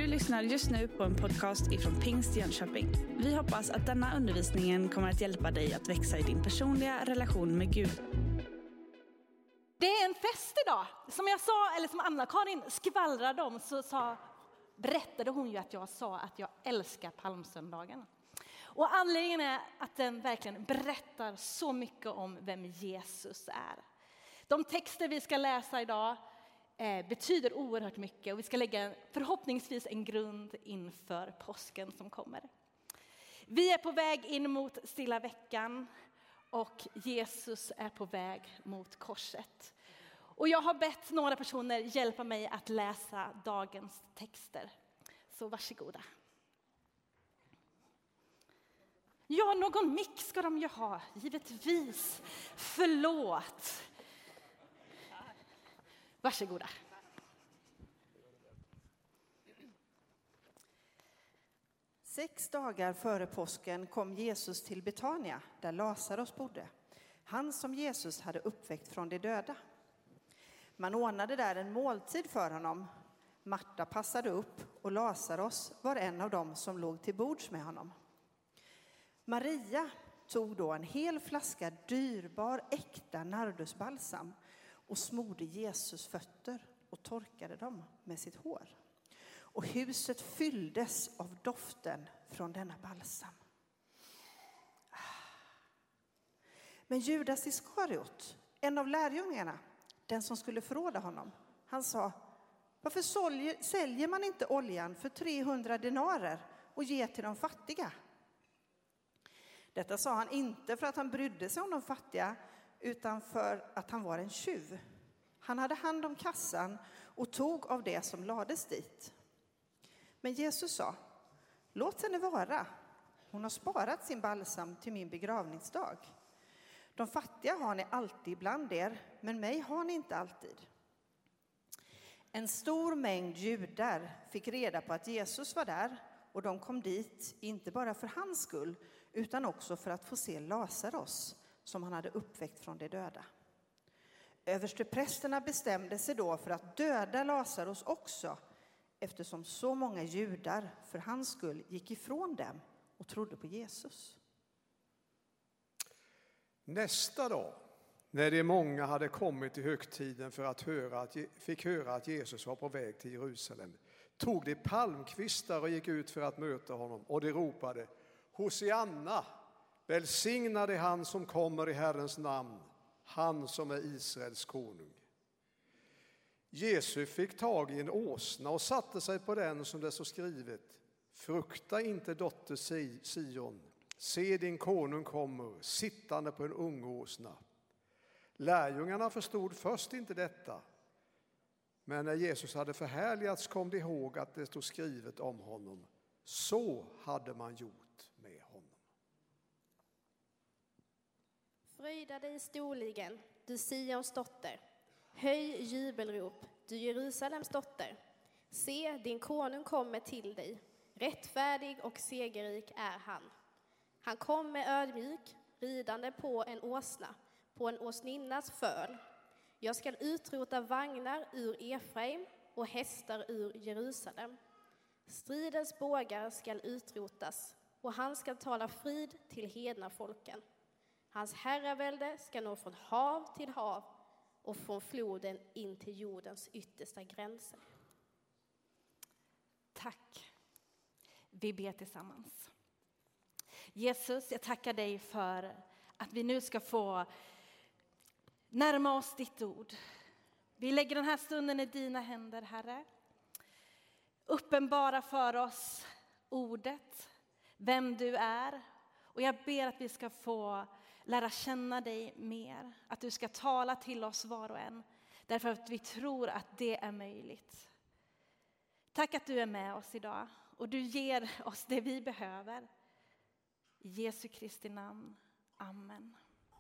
Du lyssnar just nu på en podcast ifrån Pingst Jönköping. Vi hoppas att denna undervisning kommer att hjälpa dig att växa i din personliga relation med Gud. Det är en fest idag. Som jag sa, eller som Anna-Karin skvallrade om, berättade hon ju att jag sa att jag älskar palmsöndagen. Och anledningen är att den verkligen berättar så mycket om vem Jesus är. De texter vi ska läsa idag betyder oerhört mycket, och vi ska lägga förhoppningsvis en grund inför påsken som kommer. Vi är på väg in mot stilla veckan och Jesus är på väg mot korset. Och jag har bett några personer hjälpa mig att läsa dagens texter. Så varsågoda. Ja, någon mick ska de ju ha, givetvis. Förlåt. Varsågoda. Sex dagar före påsken kom Jesus till Betania, där Lazarus bodde. Han som Jesus hade uppväckt från de döda. Man ordnade där en måltid för honom. Marta passade upp och Lazarus var en av dem som låg till bords med honom. Maria tog då en hel flaska dyrbar äkta nardusbalsam och smorde Jesus fötter och torkade dem med sitt hår. Och huset fylldes av doften från denna balsam. Men Judas Iskariot, en av lärjungarna, den som skulle förråda honom, han sa: varför säljer man inte oljan för 300 denarer och ger till de fattiga? Detta sa han inte för att han brydde sig om de fattiga, utan för att han var en tjuv. Han hade hand om kassan och tog av det som lades dit. Men Jesus sa: låt henne vara. Hon har sparat sin balsam till min begravningsdag. De fattiga har ni alltid bland er, men mig har ni inte alltid. En stor mängd judar fick reda på att Jesus var där, och de kom dit inte bara för hans skull, utan också för att få se Lazarus, som han hade uppväckt från de döda. Översteprästerna bestämde sig då för att döda Lazarus också, eftersom så många judar för hans skull gick ifrån dem och trodde på Jesus. Nästa dag, när de många hade kommit till högtiden för att fick höra att Jesus var på väg till Jerusalem, tog de palmkvistar och gick ut för att möta honom, och de ropade: Hosianna, välsignade han som kommer i Herrens namn, han som är Israels konung. Jesus fick tag i en åsna och satte sig på den, som det så skrivet: frukta inte, dotter Sion, se din konung kommer sittande på en ung åsna. Lärjungarna förstod först inte detta, men när Jesus hade förhärligats kom de ihåg att det stod skrivet om honom: så hade man gjort med honom. Fröjda dig storligen, du Sions dotter. Höj jubelrop, du Jerusalems dotter. Se, din konung kommer till dig. Rättfärdig och segerrik är han. Han kommer ödmjuk, ridande på en åsna, på en åsninnas föl. Jag skall utrota vagnar ur Efraim och hästar ur Jerusalem. Stridens bågar skall utrotas, och han skall tala frid till hedna folken. Hans herravälde ska nå från hav till hav och från floden in till jordens yttersta gränser. Tack. Vi ber tillsammans. Jesus, jag tackar dig för att vi nu ska få närma oss ditt ord. Vi lägger den här stunden i dina händer, Herre. Uppenbara för oss ordet, vem du är. Och jag ber att vi ska få lära känna dig mer. Att du ska tala till oss var och en. Därför att vi tror att det är möjligt. Tack att du är med oss idag. Och du ger oss det vi behöver. I Jesu Kristi namn. Amen.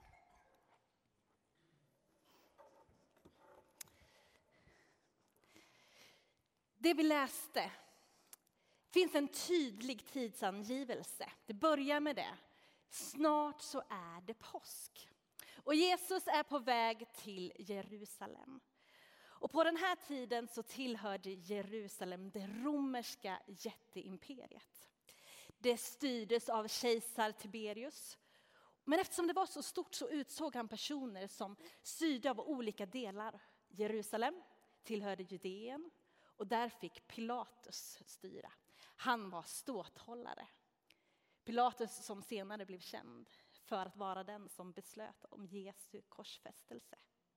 Det vi läste finns en tydlig tidsangivelse. Det börjar med det. Snart så är det påsk. Och Jesus är på väg till Jerusalem. Och på den här tiden så tillhörde Jerusalem det romerska jätteimperiet. Det styrdes av kejsar Tiberius. Men eftersom det var så stort så utsåg han personer som styrde av olika delar. Jerusalem tillhörde Judeen och där fick Pilatus styra. Han var ståthållare. Pilatus som senare blev känd för att vara den som beslöt om Jesu korsfästelse.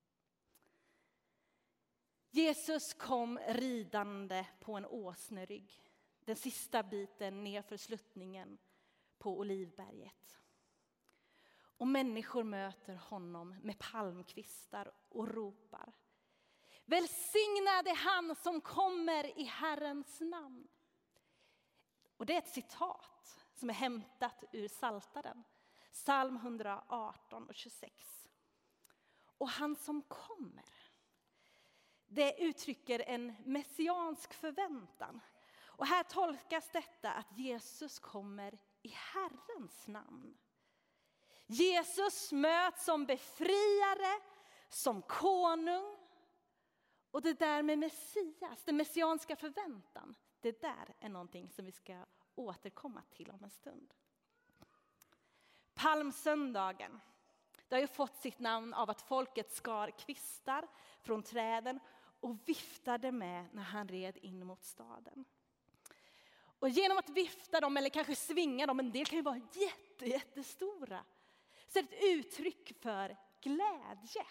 Jesus kom ridande på en åsnerygg. Den sista biten nerför sluttningen på Olivberget. Och människor möter honom med palmkvistar och ropar: välsignad är han som kommer i Herrens namn. Och det är ett citat som är hämtat ur Psaltaren. Psalm 118 och 26. Och han som kommer, det uttrycker en messiansk förväntan. Och här tolkas detta att Jesus kommer i Herrens namn. Jesus möts som befriare, som konung. Och det där med Messias, den messianska förväntan, det där är någonting som vi ska återkomma till om en stund. Palmsöndagen, det har ju fått sitt namn av att folket skar kvistar från träden och viftade med när han red in mot staden. Och genom att vifta dem eller kanske svinga dem, en del kan ju vara jättestora, så är det ett uttryck för glädje.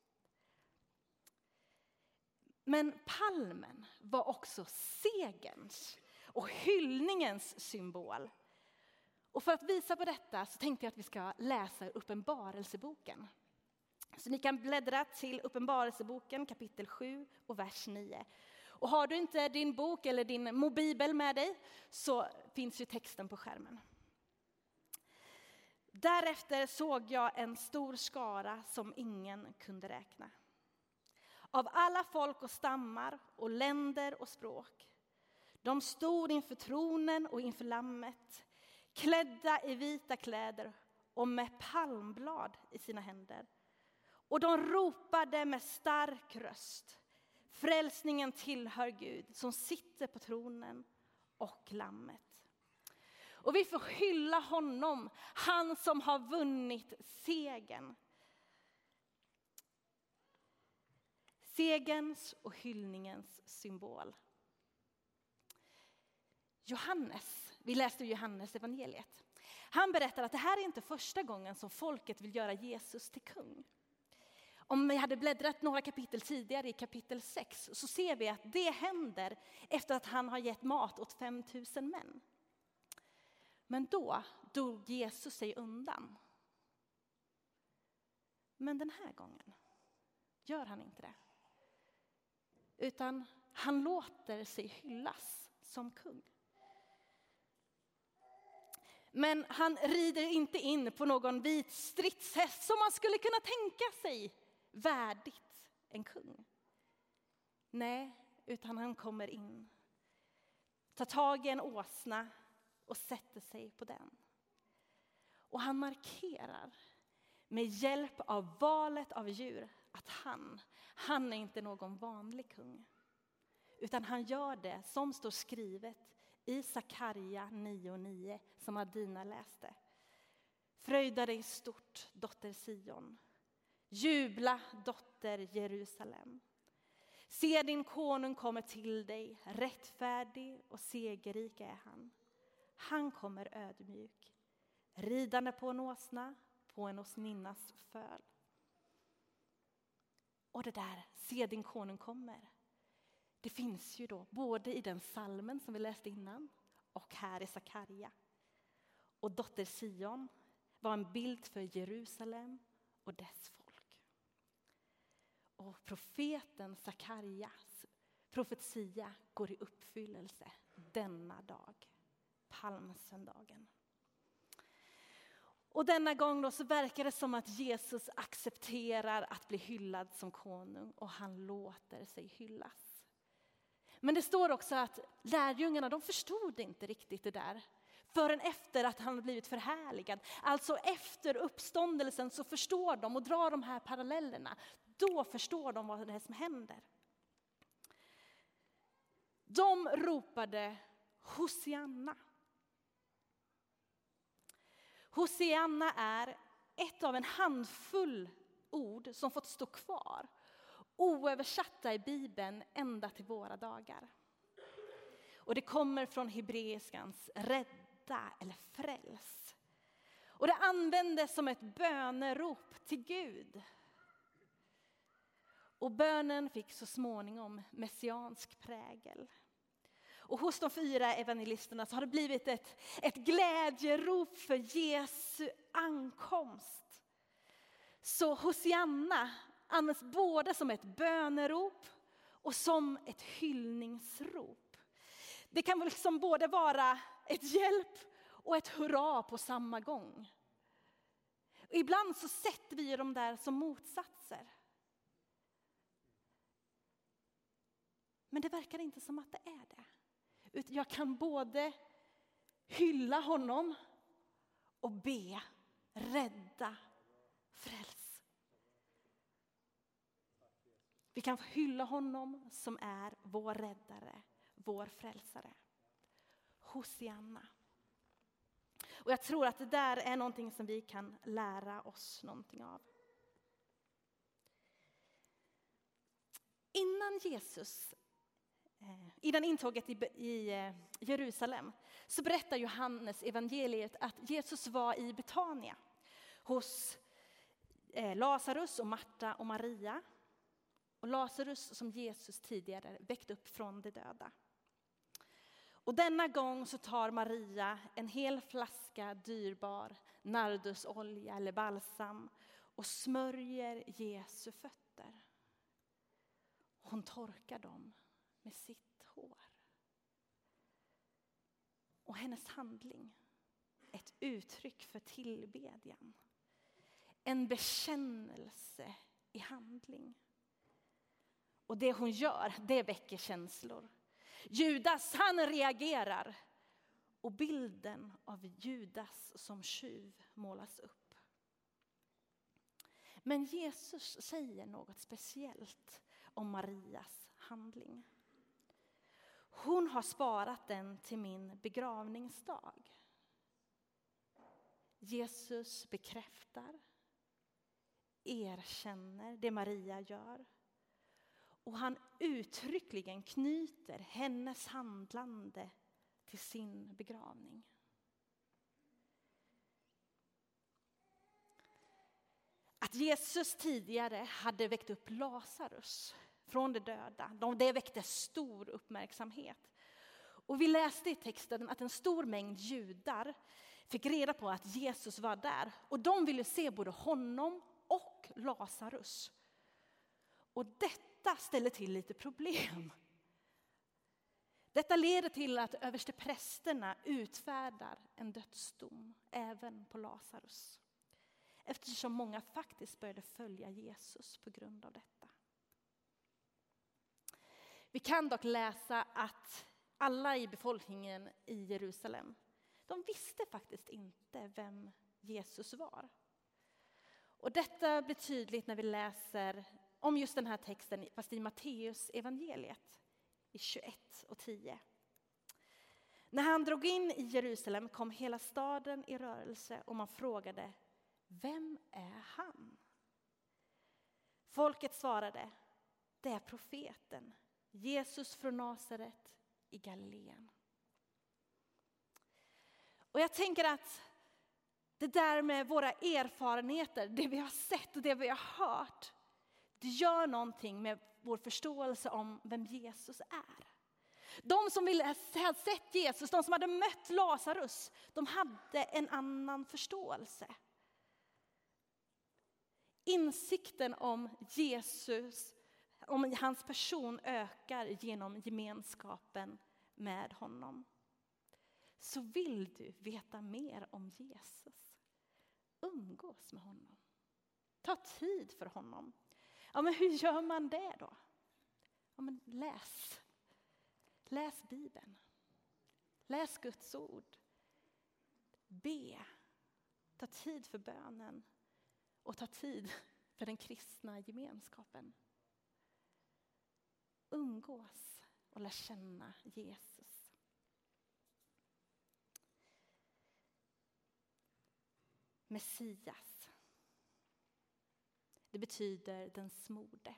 Men palmen var också segerns och hyllningens symbol. Och för att visa på detta så tänkte jag att vi ska läsa Uppenbarelseboken. Så ni kan bläddra till Uppenbarelseboken kapitel 7 och vers 9. Och har du inte din bok eller din mobilbibel med dig så finns ju texten på skärmen. Därefter såg jag en stor skara som ingen kunde räkna. Av alla folk och stammar och länder och språk. De stod inför tronen och inför lammet, klädda i vita kläder och med palmblad i sina händer. Och de ropade med stark röst: frälsningen tillhör Gud som sitter på tronen och lammet. Och vi får hylla honom, han som har vunnit segern. Segerns och hyllningens symbol. Johannes, vi läste Johannes evangeliet. Han berättar att det här är inte första gången som folket vill göra Jesus till kung. Om vi hade bläddrat några kapitel tidigare i kapitel 6 så ser vi att det händer efter att han har gett mat åt 5000 män. Men då drog Jesus sig undan. Men den här gången gör han inte det. Utan han låter sig hyllas som kung. Men han rider inte in på någon vit stridshäst som man skulle kunna tänka sig värdigt en kung. Nej, utan han kommer in, tar tag i en åsna och sätter sig på den. Och han markerar med hjälp av valet av djur att han är inte någon vanlig kung. Utan han gör det som står skrivet i Sakarja 9:9 som Adina läste. Fröjda dig stort, dotter Sion. Jubla, dotter Jerusalem. Se, din konung kommer till dig, rättfärdig och segerrik är han. Han kommer ödmjuk, ridande på en åsna, på en åsninnas föl. Och det där, se din konung kommer. Det finns ju då både i den salmen som vi läste innan och här i Sakarja. Och dotter Sion var en bild för Jerusalem och dess folk. Och profeten Sakarjas profetia går i uppfyllelse denna dag, palmsöndagen. Och denna gång då så verkar det som att Jesus accepterar att bli hyllad som konung och han låter sig hyllas. Men det står också att lärjungarna, de förstod inte riktigt det där förrän efter att han blivit förhärligad. Alltså efter uppståndelsen så förstår de och drar de här parallellerna. Då förstår de vad det är som händer. De ropade Hosianna. Hosianna är ett av en handfull ord som fått stå kvar, oöversatta i Bibeln ända till våra dagar. Och det kommer från hebreiskans rädda eller fräls. Och det användes som ett bönerop till Gud. Och bönen fick så småningom messiansk prägel. Och hos de 4 evangelisterna så har det blivit ett glädjerop för Jesu ankomst. Så Hosianna används både som ett bönerop och som ett hyllningsrop. Det kan liksom både vara ett hjälp och ett hurra på samma gång. Och ibland så sätter vi dem där som motsatser. Men det verkar inte som att det är det. Utan jag kan både hylla honom och be, rädda, fräls. Vi kan hylla honom som är vår räddare, vår frälsare. Hosianna. Och jag tror att det där är någonting som vi kan lära oss någonting av. Innan intåget i Jerusalem så berättar Johannes evangeliet att Jesus var i Betania hos Lazarus och Marta och Maria. Och Lazarus som Jesus tidigare väckt upp från de döda. Och denna gång så tar Maria en hel flaska dyrbar nardusolja eller balsam och smörjer Jesu fötter. Hon torkar dem med sitt hår. Och hennes handling, ett uttryck för tillbedjan. En bekännelse i handling. Och det hon gör, det väcker känslor. Judas, han reagerar. Och bilden av Judas som tjuv målas upp. Men Jesus säger något speciellt om Marias handling. Hon har sparat den till min begravningsdag. Jesus bekräftar, erkänner det Maria gör. Och han uttryckligen knyter hennes handlande till sin begravning. Att Jesus tidigare hade väckt upp Lazarus från de döda, det väckte stor uppmärksamhet. Och vi läste i texten att en stor mängd judar fick reda på att Jesus var där. Och de ville se både honom och Lazarus. Och detta ställer till lite problem. Detta leder till att översteprästerna utfärdar en dödsdom även på Lazarus. Eftersom många faktiskt började följa Jesus på grund av detta. Vi kan dock läsa att alla i befolkningen i Jerusalem, de visste faktiskt inte vem Jesus var. Och detta blir tydligt när vi läser om just den här texten, fast i Matteus evangeliet i 21:10. När han drog in i Jerusalem kom hela staden i rörelse och man frågade, vem är han? Folket svarade, det är profeten, Jesus från Nasaret i Galileen. Och jag tänker att det där med våra erfarenheter, det vi har sett och det vi har hört, det gör någonting med vår förståelse om vem Jesus är. De som ville ha sett Jesus, de som hade mött Lazarus, de hade en annan förståelse. Insikten om Jesus, om hans person ökar genom gemenskapen med honom. Så vill du veta mer om Jesus, umgås med honom. Ta tid för honom. Ja, men hur gör man det då? Ja, men läs. Läs Bibeln. Läs Guds ord. Be. Ta tid för bönen. Och ta tid för den kristna gemenskapen. Umgås och lär känna Jesus. Messias. Det betyder den smorde.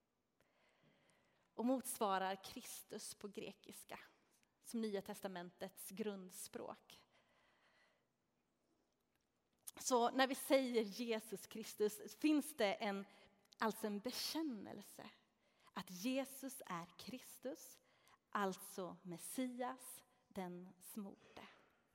Och motsvarar Kristus på grekiska, som Nya testamentets grundspråk. Så när vi säger Jesus Kristus finns det alltså en bekännelse att Jesus är Kristus, alltså Messias, den smorde.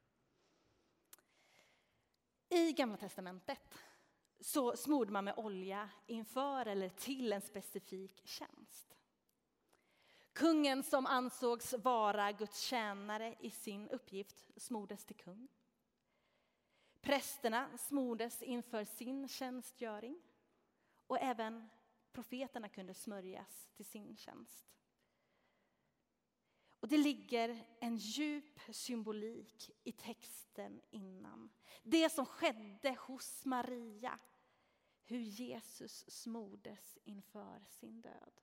I Gamla testamentet så smorde man med olja inför eller till en specifik tjänst. Kungen som ansågs vara Guds tjänare i sin uppgift smordes till kung. Prästerna smordes inför sin tjänstgöring och även profeterna kunde smörjas till sin tjänst. Och det ligger en djup symbolik i texten innan. Det som skedde hos Maria, hur Jesus smordes inför sin död.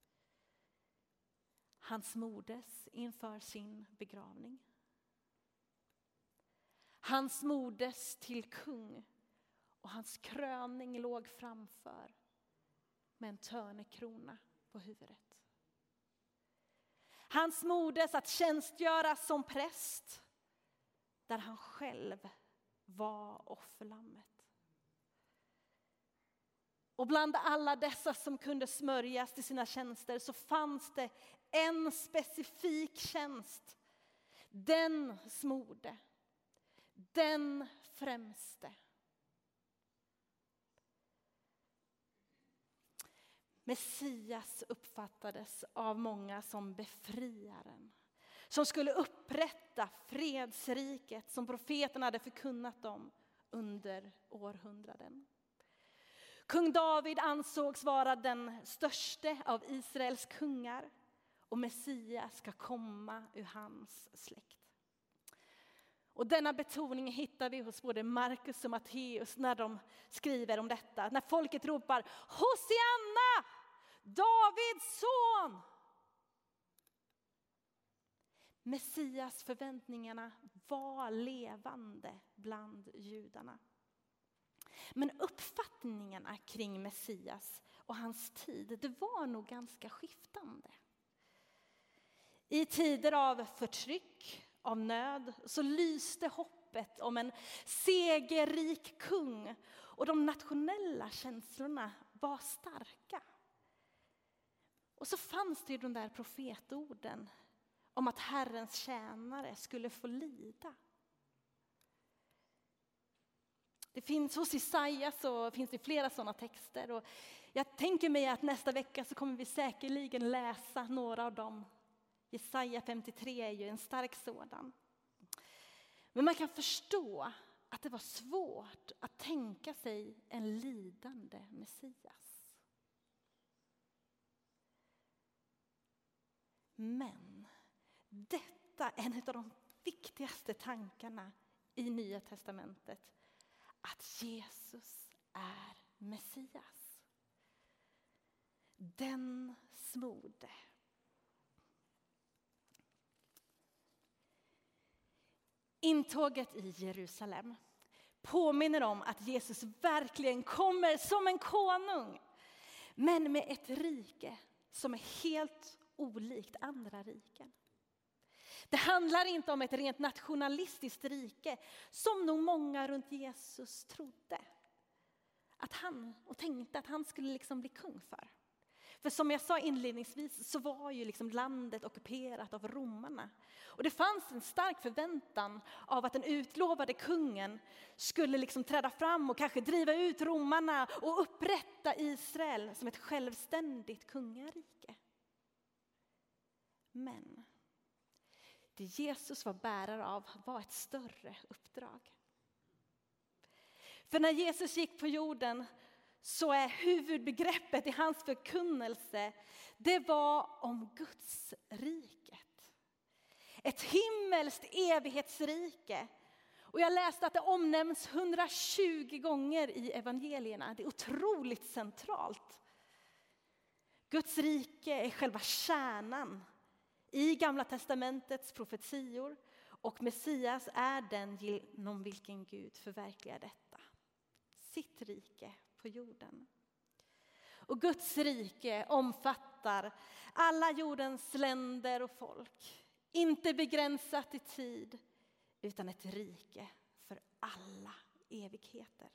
Han smordes inför sin begravning. Han smordes till kung och hans kröning låg framför med en törnekrona på huvudet. Han smordes att tjänstgöra som präst där han själv var offerlammet. Och bland alla dessa som kunde smörjas till sina tjänster så fanns det en specifik tjänst. Den smorde. Den främste. Messias uppfattades av många som befriaren. Som skulle upprätta fredsriket som profeterna hade förkunnat om under århundraden. Kung David ansågs vara den störste av Israels kungar. Och Messias ska komma ur hans släkt. Och denna betoning hittar vi hos både Markus och Matteus när de skriver om detta. När folket ropar Hosianna, Davids son! Messias förväntningarna var levande bland judarna. Men uppfattningarna kring Messias och hans tid, det var nog ganska skiftande. I tider av förtryck, av nöd, så lyste hoppet om en segerrik kung och de nationella känslorna var starka. Och så fanns det ju de där profetorden om att Herrens tjänare skulle få lida. Det finns hos Jesaja så finns det flera sådana texter och jag tänker mig att nästa vecka så kommer vi säkerligen läsa några av dem. Jesaja 53 är ju en stark sådan. Men man kan förstå att det var svårt att tänka sig en lidande Messias. Men detta är en av de viktigaste tankarna i Nya testamentet. Att Jesus är Messias. Den smorde. Intåget i Jerusalem påminner om att Jesus verkligen kommer som en konung. Men med ett rike som är helt olikt andra riken. Det handlar inte om ett rent nationalistiskt rike som nog många runt Jesus trodde. Och tänkte att han skulle liksom bli kung för. För som jag sa inledningsvis så var ju liksom landet ockuperat av romarna. Och det fanns en stark förväntan av att den utlovade kungen skulle liksom träda fram och kanske driva ut romarna och upprätta Israel som ett självständigt kungarike. Men det Jesus var bärare av var ett större uppdrag. För när Jesus gick på jorden så är huvudbegreppet i hans förkunnelse, det var om Guds riket. Ett himmelskt evighetsrike. Och jag läste att det omnämns 120 gånger i evangelierna. Det är otroligt centralt. Guds rike är själva kärnan i Gamla testamentets profetior, och Messias är den genom vilken Gud förverkligar detta. Sitt rike på jorden. Och Guds rike omfattar alla jordens länder och folk. Inte begränsat i tid, utan ett rike för alla evigheter.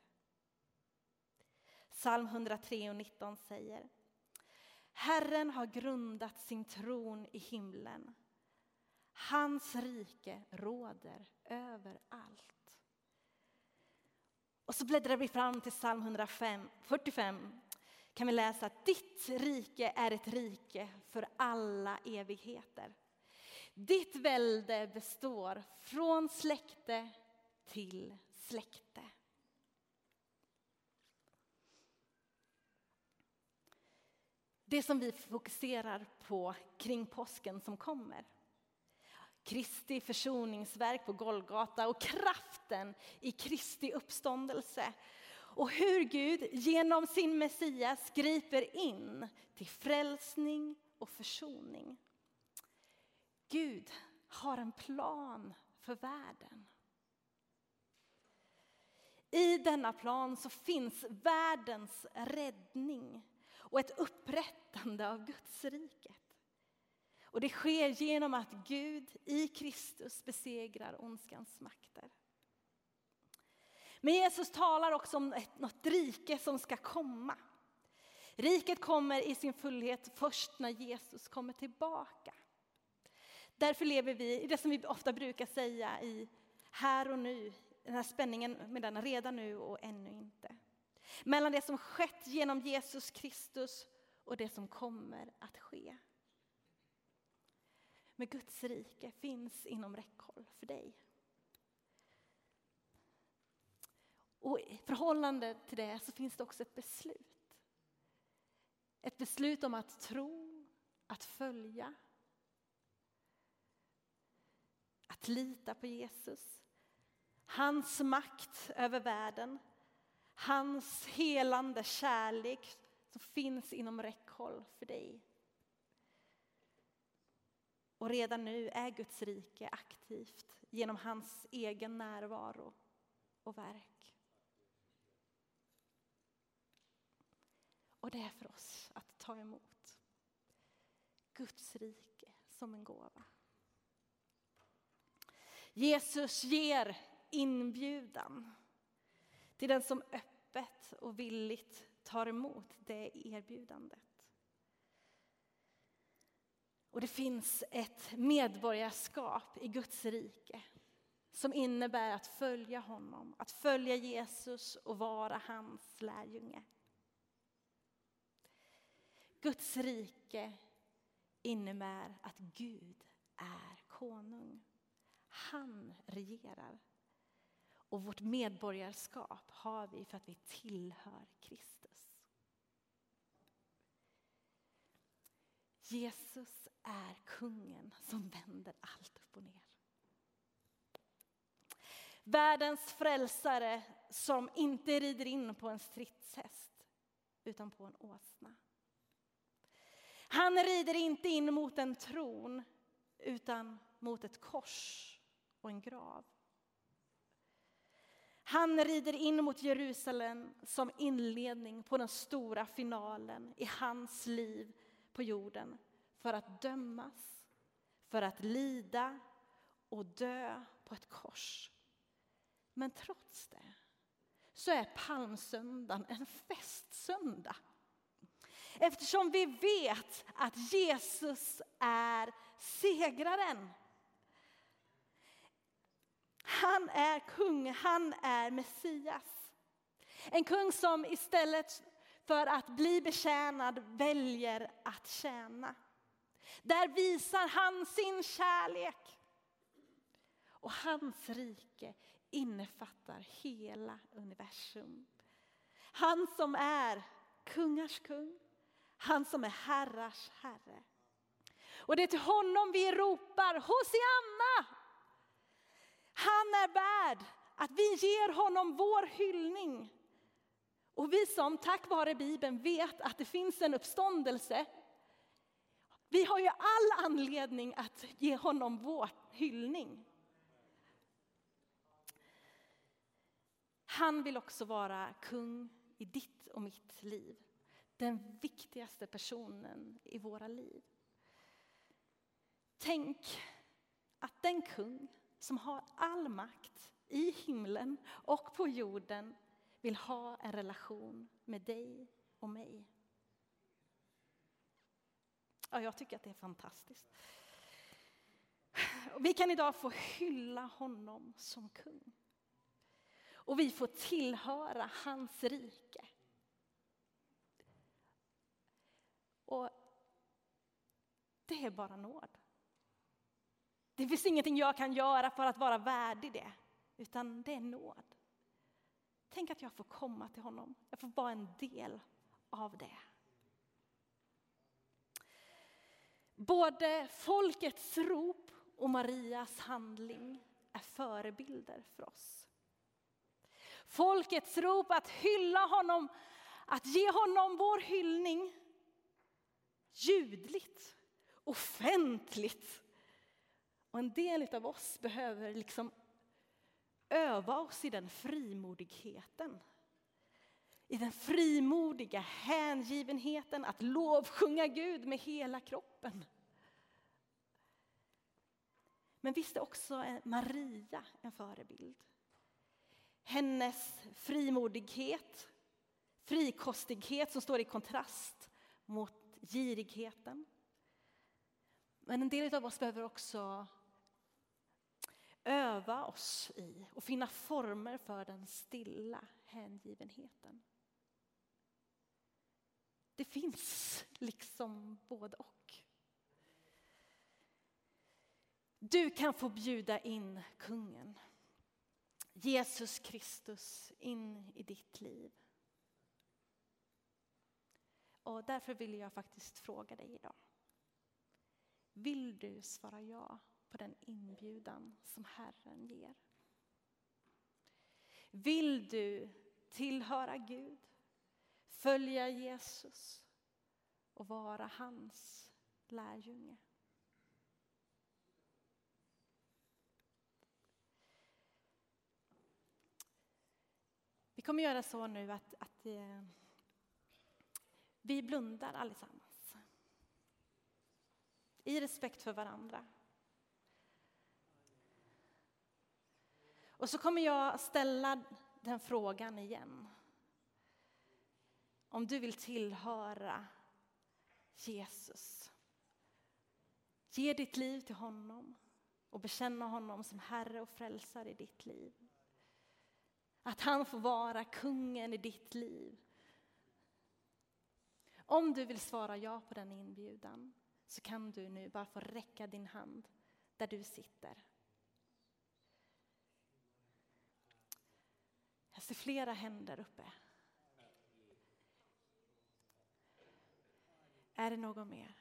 Psalm 103:19 säger: Herren har grundat sin tron i himlen. Hans rike råder över allt. Och så bläddrar vi fram till psalm 145. Kan vi läsa att ditt rike är ett rike för alla evigheter. Ditt välde består från släkte till släkte. Det som vi fokuserar på kring påsken som kommer. Kristi försoningsverk på Golgata och kraften i Kristi uppståndelse. Och hur Gud genom sin Messias griper in till frälsning och försoning. Gud har en plan för världen. I denna plan så finns världens räddning och ett upprättande av Guds riket. Och det sker genom att Gud i Kristus besegrar ondskans makter. Men Jesus talar också om något rike som ska komma. Riket kommer i sin fullhet först när Jesus kommer tillbaka. Därför lever vi i det som vi ofta brukar säga i här och nu. Den här spänningen mellan redan nu och ännu inte. Mellan det som skett genom Jesus Kristus och det som kommer att ske. Men Guds rike finns inom räckhåll för dig. Och i förhållande till det så finns det också ett beslut. Ett beslut om att tro, att följa. Att lita på Jesus. Hans makt över världen. Hans helande kärlek som finns inom räckhåll för dig. Och redan nu är Guds rike aktivt genom hans egen närvaro och verk. Och det är för oss att ta emot Guds rike som en gåva. Jesus ger inbjudan till den som öppet och villigt tar emot det erbjudandet. Och det finns ett medborgarskap i Guds rike som innebär att följa honom, att följa Jesus och vara hans lärjunge. Guds rike innebär att Gud är konung. Han regerar. Och vårt medborgarskap har vi för att vi tillhör Kristus. Jesus är kungen som vänder allt upp och ner. Världens frälsare som inte rider in på en stridshäst utan på en åsna. Han rider inte in mot en tron utan mot ett kors och en grav. Han rider in mot Jerusalem som inledning på den stora finalen i hans liv på jorden. För att dömas, för att lida och dö på ett kors. Men trots det så är palmsöndagen en festsöndag. Eftersom vi vet att Jesus är segraren. Han är kung, han är Messias. En kung som istället för att bli betjänad väljer att tjäna. Där visar han sin kärlek. Och hans rike innefattar hela universum. Han som är kungars kung. Han som är herrars herre. Och det är till honom vi ropar Hosianna. Han är värd att vi ger honom vår hyllning. Och vi som tack vare Bibeln vet att det finns en uppståndelse Vi har ju all anledning att ge honom vår hyllning. Han vill också vara kung i ditt och mitt liv. Den viktigaste personen i våra liv. Tänk att den kung som har all makt i himlen och på jorden vill ha en relation med dig och mig. Ja, jag tycker att det är fantastiskt. Vi kan idag få hylla honom som kung. Och vi får tillhöra hans rike. Och det är bara nåd. Det finns ingenting jag kan göra för att vara värdig det. Utan det är nåd. Tänk att jag får komma till honom. Jag får vara en del av det. Både folkets rop och Marias handling är förebilder för oss. Folkets rop att hylla honom, att ge honom vår hyllning ljudligt, offentligt. Och en del av oss behöver liksom öva oss i den frimodigheten. I den frimodiga hängivenheten att lovsjunga Gud med hela kroppen. Men visst är också Maria en förebild. Hennes frimodighet, frikostighet som står i kontrast mot girigheten. Men en del av oss behöver också öva oss i och finna former för den stilla hängivenheten. Det finns liksom både och. Du kan få bjuda in kungen, Jesus Kristus, in i ditt liv. Och därför vill jag faktiskt fråga dig idag. Vill du svara ja på den inbjudan som Herren ger? Vill du tillhöra Gud, följa Jesus och vara hans lärjunge? Vi kommer göra så nu att vi blundar allesammans. I respekt för varandra. Och så kommer jag ställa den frågan igen. Om du vill tillhöra Jesus. Ge ditt liv till honom och bekänna honom som Herre och frälsare i ditt liv. Att han får vara kungen i ditt liv. Om du vill svara ja på den inbjudan så kan du nu bara få räcka din hand där du sitter. Jag ser flera händer uppe. Är det någon mer?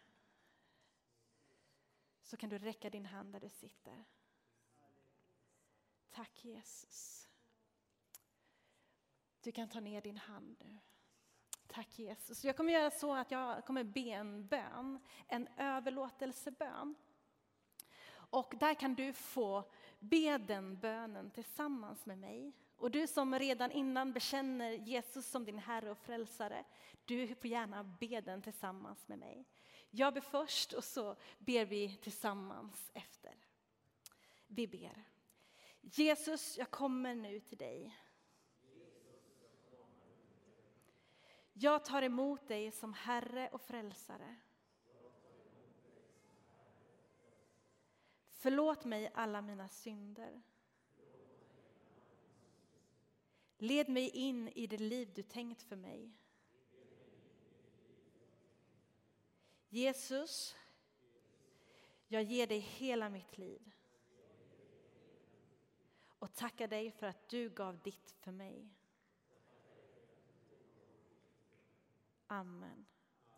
Så kan du räcka din hand där du sitter. Tack Jesus. Du kan ta ner din hand nu. Tack Jesus. Jag kommer göra så att jag kommer be en bön. En överlåtelsebön. Och där kan du få be den bönen tillsammans med mig. Och du som redan innan bekänner Jesus som din Herre och frälsare. Du får gärna be den tillsammans med mig. Jag ber först och så ber vi tillsammans efter. Vi ber. Jesus, jag kommer nu till dig. Jag tar emot dig som Herre och frälsare. Förlåt mig alla mina synder. Led mig in i det liv du tänkt för mig. Jesus, jag ger dig hela mitt liv. Och tackar dig för att du gav ditt för mig. Amen.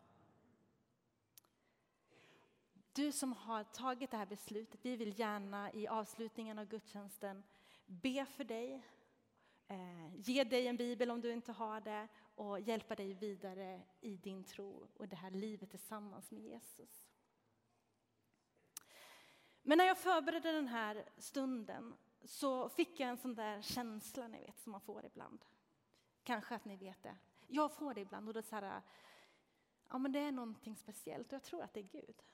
Du som har tagit det här beslutet, vi vill gärna i avslutningen av gudstjänsten be för dig. Ge dig en bibel om du inte har det och hjälpa dig vidare i din tro och det här livet tillsammans med Jesus. Men när jag förberedde den här stunden så fick jag en sån där känsla, ni vet, som man får ibland. Kanske att ni vet det. Jag får det ibland och det är så här, ja men det är någonting speciellt och jag tror att det är Gud.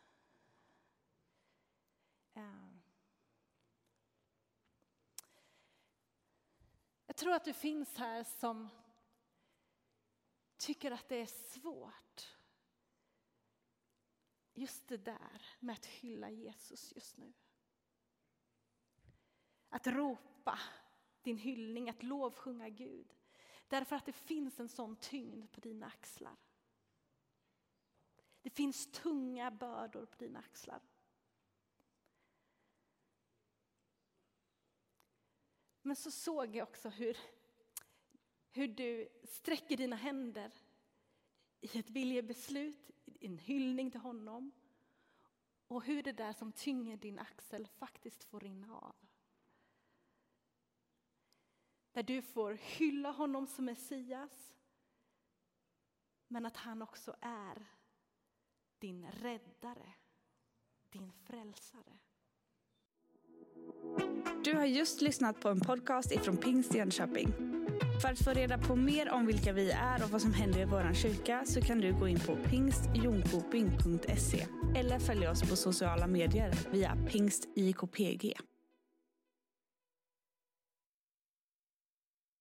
Jag tror att du finns här som tycker att det är svårt. Just det där med att hylla Jesus just nu. Att ropa din hyllning, att lovsjunga Gud. Därför att det finns en sån tyngd på dina axlar. Det finns tunga bördor på dina axlar. Men så såg jag också hur du sträcker dina händer i ett viljebeslut, i en hyllning till honom. Och hur det där som tynger din axel faktiskt får rinna av. Där du får hylla honom som Messias. Men att han också är din räddare, din frälsare. Du har just lyssnat på en podcast ifrån Pingst Jönköping. För att få reda på mer om vilka vi är och vad som händer i vår kyrka så kan du gå in på pingstjonkoping.se eller följa oss på sociala medier via pingstjkpg.